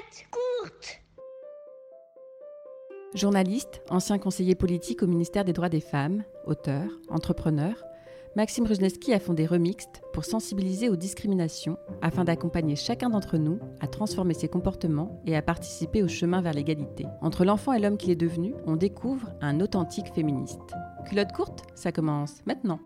tête courte. Journaliste, ancien conseiller politique au ministère des Droits des Femmes, auteur, entrepreneur, Maxime Rujneski a fondé Remixed pour sensibiliser aux discriminations afin d'accompagner chacun d'entre nous à transformer ses comportements et à participer au chemin vers l'égalité. Entre l'enfant et l'homme qu'il est devenu, on découvre un authentique féministe. Culotte courte, ça commence maintenant.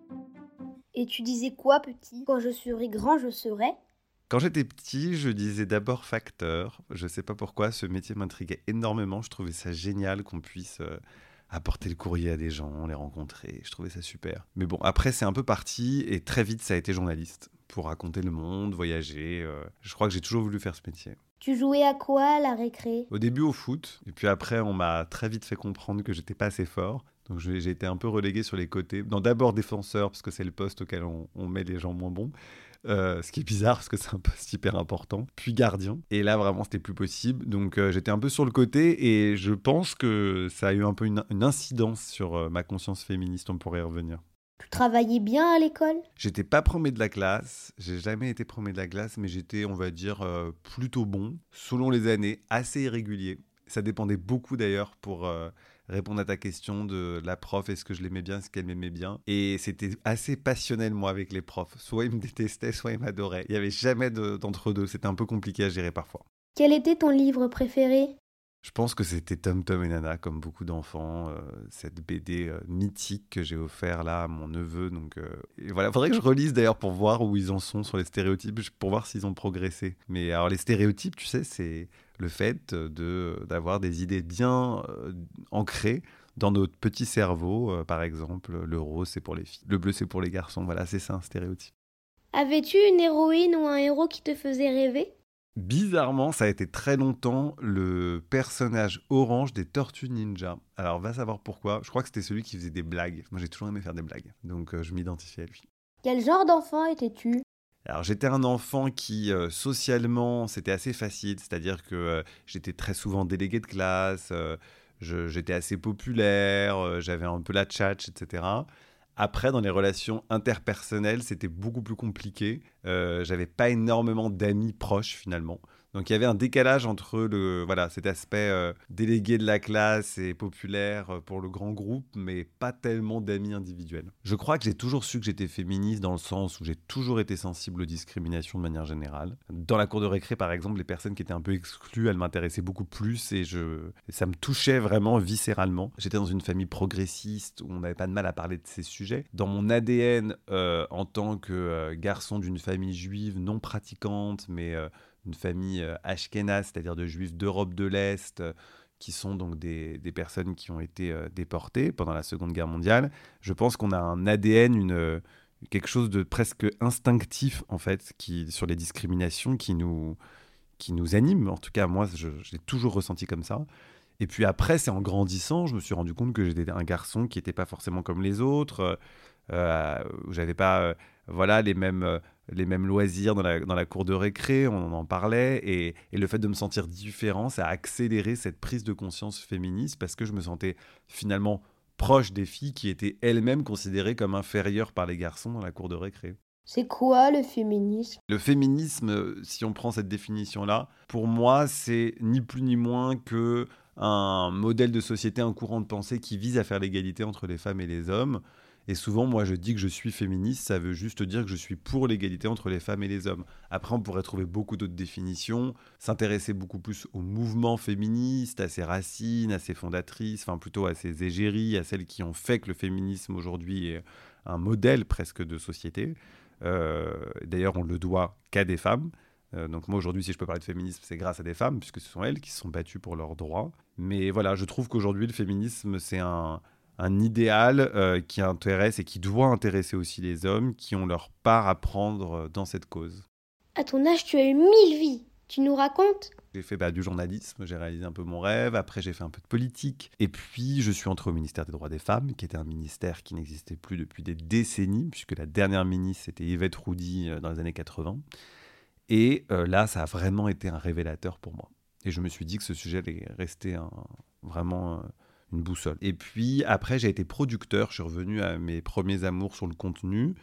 Et tu disais quoi, petit ? Quand je serai grand, je serai ? Quand j'étais petit, je disais d'abord facteur. Je ne sais pas pourquoi, ce métier m'intriguait énormément. Je trouvais ça génial qu'on puisse apporter le courrier à des gens, les rencontrer. Je trouvais ça super. Mais bon, après, c'est un peu parti et très vite, ça a été journaliste pour raconter le monde, voyager. Je crois que j'ai toujours voulu faire ce métier. Tu jouais à quoi à la récré ? Au début au foot, et puis après, on m'a très vite fait comprendre que j'étais pas assez fort. Donc j'ai été un peu relégué sur les côtés. Non, d'abord défenseur, parce que c'est le poste auquel on met les gens moins bons. Ce qui est bizarre parce que c'est un poste hyper important, puis gardien. Et là, vraiment, c'était plus possible. Donc, j'étais un peu sur le côté et je pense que ça a eu un peu une incidence sur ma conscience féministe. On pourrait y revenir. Tu travaillais bien à l'école ? J'étais pas premier de la classe. J'ai jamais été premier de la classe, mais j'étais, on va dire, plutôt bon. Selon les années, assez irrégulier. Ça dépendait beaucoup d'ailleurs pour répondre à ta question de la prof, est-ce que je l'aimais bien, est-ce qu'elle m'aimait bien. Et c'était assez passionnel, moi, avec les profs. Soit ils me détestaient, soit ils m'adoraient. Il n'y avait jamais d'entre-deux. C'était un peu compliqué à gérer parfois. Quel était ton livre préféré ? Je pense que c'était Tom Tom et Nana, comme beaucoup d'enfants. Cette BD mythique que j'ai offert là à mon neveu. Donc, et voilà, faudrait que je relise d'ailleurs pour voir où ils en sont sur les stéréotypes, pour voir s'ils ont progressé. Mais alors les stéréotypes, tu sais, c'est le fait d'avoir des idées bien ancrées dans notre petit cerveau. Par exemple, le rose, c'est pour les filles. Le bleu, c'est pour les garçons. Voilà, c'est ça un stéréotype. Avais-tu une héroïne ou un héros qui te faisait rêver ? Bizarrement, ça a été très longtemps le personnage orange des Tortues Ninja. Alors, va savoir pourquoi. Je crois que c'était celui qui faisait des blagues. Moi, j'ai toujours aimé faire des blagues. Donc, je m'identifiais à lui. Quel genre d'enfant étais-tu ? Alors, j'étais un enfant qui, socialement, c'était assez facile. C'est-à-dire que j'étais très souvent délégué de classe. J'étais assez populaire. J'avais un peu la tchatche, etc. Après, dans les relations interpersonnelles, c'était beaucoup plus compliqué. J'avais pas énormément d'amis proches, finalement. Donc, il y avait un décalage entre cet aspect délégué de la classe et populaire pour le grand groupe, mais pas tellement d'amis individuels. Je crois que j'ai toujours su que j'étais féministe dans le sens où j'ai toujours été sensible aux discriminations de manière générale. Dans la cour de récré, par exemple, les personnes qui étaient un peu exclues, elles m'intéressaient beaucoup plus et ça me touchait vraiment viscéralement. J'étais dans une famille progressiste où on n'avait pas de mal à parler de ces sujets. Dans mon ADN, en tant que garçon d'une famille juive non pratiquante, mais une famille ashkénaze, c'est-à-dire de juifs d'Europe de l'Est, qui sont donc des personnes qui ont été déportées pendant la Seconde Guerre mondiale. Je pense qu'on a un ADN, quelque chose de presque instinctif, en fait, sur les discriminations qui nous anime. En tout cas, moi, je l'ai toujours ressenti comme ça. Et puis après, c'est en grandissant, je me suis rendu compte que j'étais un garçon qui n'était pas forcément comme les autres, où j'avais pas les mêmes loisirs dans la cour de récré, on en parlait, et le fait de me sentir différent, ça a accéléré cette prise de conscience féministe parce que je me sentais finalement proche des filles qui étaient elles-mêmes considérées comme inférieures par les garçons dans la cour de récré. C'est quoi le féminisme ? Le féminisme, si on prend cette définition-là, pour moi, c'est ni plus ni moins que un modèle de société, un courant de pensée qui vise à faire l'égalité entre les femmes et les hommes. Et souvent, moi, je dis que je suis féministe, ça veut juste dire que je suis pour l'égalité entre les femmes et les hommes. Après, on pourrait trouver beaucoup d'autres définitions, s'intéresser beaucoup plus au mouvement féministe, à ses racines, à ses fondatrices, enfin plutôt à ses égéries, à celles qui ont fait que le féminisme aujourd'hui est un modèle presque de société. D'ailleurs, on le doit qu'à des femmes. Donc moi, aujourd'hui, si je peux parler de féminisme, c'est grâce à des femmes, puisque ce sont elles qui se sont battues pour leurs droits. Mais voilà, je trouve qu'aujourd'hui, le féminisme, c'est un idéal qui intéresse et qui doit intéresser aussi les hommes qui ont leur part à prendre dans cette cause. À ton âge, tu as eu 1000 vies. Tu nous racontes ? J'ai fait du journalisme, j'ai réalisé un peu mon rêve, après j'ai fait un peu de politique. Et puis je suis entré au ministère des Droits des Femmes, qui était un ministère qui n'existait plus depuis des décennies, puisque la dernière ministre, c'était Yvette Roudy dans les années 80. Et là, ça a vraiment été un révélateur pour moi. Et je me suis dit que ce sujet allait rester vraiment une boussole. Et puis après, j'ai été producteur, je suis revenu à mes premiers amours sur le contenu.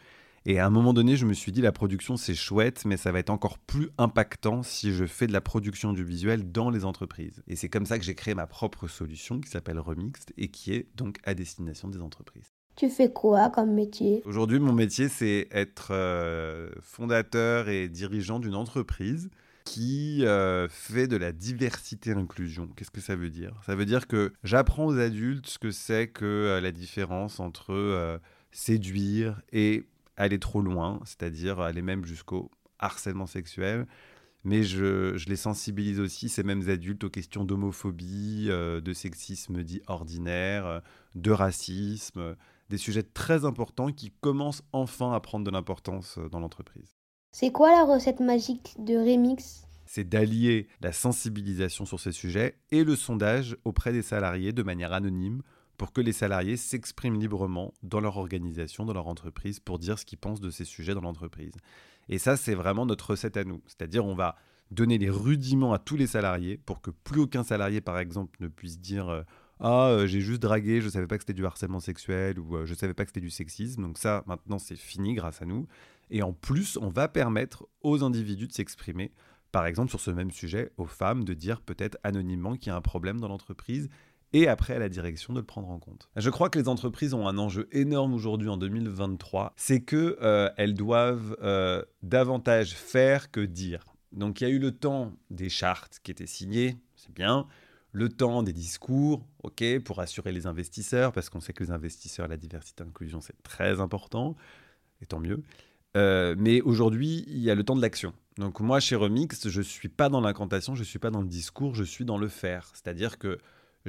Et à un moment donné, je me suis dit, la production, c'est chouette, mais ça va être encore plus impactant si je fais de la production du visuel dans les entreprises. Et c'est comme ça que j'ai créé ma propre solution qui s'appelle Remixed et qui est donc à destination des entreprises. Tu fais quoi comme métier? Aujourd'hui, mon métier, c'est être fondateur et dirigeant d'une entreprise qui fait de la diversité-inclusion. Qu'est-ce que ça veut dire ? Ça veut dire que j'apprends aux adultes ce que c'est que la différence entre séduire et aller trop loin, c'est-à-dire aller même jusqu'au harcèlement sexuel. Mais je les sensibilise aussi, ces mêmes adultes, aux questions d'homophobie, de sexisme dit ordinaire, de racisme, des sujets très importants qui commencent enfin à prendre de l'importance dans l'entreprise. C'est quoi la recette magique de Remix? C'est d'allier la sensibilisation sur ces sujets et le sondage auprès des salariés de manière anonyme pour que les salariés s'expriment librement dans leur organisation, dans leur entreprise, pour dire ce qu'ils pensent de ces sujets dans l'entreprise. Et ça, c'est vraiment notre recette à nous. C'est-à-dire, on va donner les rudiments à tous les salariés pour que plus aucun salarié, par exemple, ne puisse dire j'ai juste dragué, je ne savais pas que c'était du harcèlement sexuel ou je ne savais pas que c'était du sexisme. Donc ça, maintenant, c'est fini grâce à nous. Et en plus, on va permettre aux individus de s'exprimer. Par exemple, sur ce même sujet, aux femmes de dire peut-être anonymement qu'il y a un problème dans l'entreprise et après à la direction de le prendre en compte. Je crois que les entreprises ont un enjeu énorme aujourd'hui en 2023, c'est qu'elles doivent davantage faire que dire. Donc il y a eu le temps des chartes qui étaient signées, c'est bien, le temps des discours, ok, pour assurer les investisseurs, parce qu'on sait que les investisseurs, la diversité et l'inclusion, c'est très important, et tant mieux. Mais aujourd'hui, il y a le temps de l'action. Donc moi, chez Remix, je ne suis pas dans l'incantation, je ne suis pas dans le discours, je suis dans le faire. C'est-à-dire que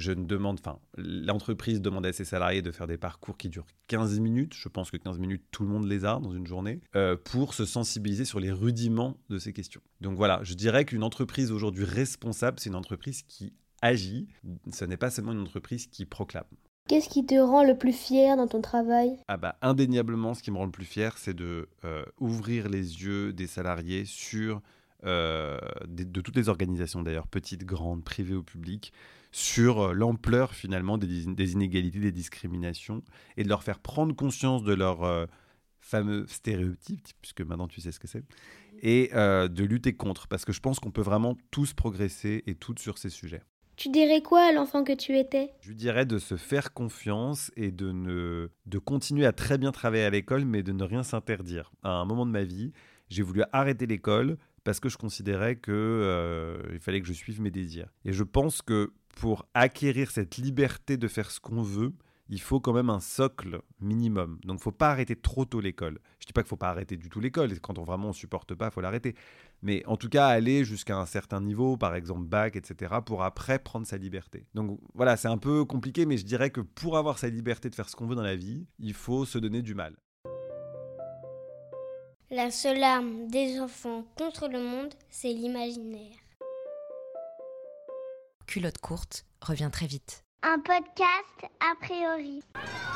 l'entreprise demande à ses salariés de faire des parcours qui durent 15 minutes. Je pense que 15 minutes, tout le monde les a dans une journée, pour se sensibiliser sur les rudiments de ces questions. Donc voilà, je dirais qu'une entreprise aujourd'hui responsable, c'est une entreprise qui agit. Ce n'est pas seulement une entreprise qui proclame. Qu'est-ce qui te rend le plus fier dans ton travail? Indéniablement, ce qui me rend le plus fier, c'est de ouvrir les yeux des salariés sur, de toutes les organisations d'ailleurs, petites, grandes, privées ou publiques, sur l'ampleur finalement des inégalités, des discriminations, et de leur faire prendre conscience de leurs fameux stéréotypes, puisque maintenant tu sais ce que c'est, et de lutter contre, parce que je pense qu'on peut vraiment tous progresser et toutes sur ces sujets. Tu dirais quoi à l'enfant que tu étais? Je lui dirais de se faire confiance et de continuer à très bien travailler à l'école, mais de ne rien s'interdire. À un moment de ma vie, j'ai voulu arrêter l'école parce que je considérais qu'il fallait que je suive mes désirs. Et je pense que pour acquérir cette liberté de faire ce qu'on veut, il faut quand même un socle minimum. Donc, il ne faut pas arrêter trop tôt l'école. Je ne dis pas qu'il ne faut pas arrêter du tout l'école. Quand on ne supporte pas, il faut l'arrêter. Mais en tout cas, aller jusqu'à un certain niveau, par exemple bac, etc., pour après prendre sa liberté. Donc voilà, c'est un peu compliqué, mais je dirais que pour avoir sa liberté de faire ce qu'on veut dans la vie, il faut se donner du mal. La seule arme des enfants contre le monde, c'est l'imaginaire. Culotte courte revient très vite. Un podcast a priori.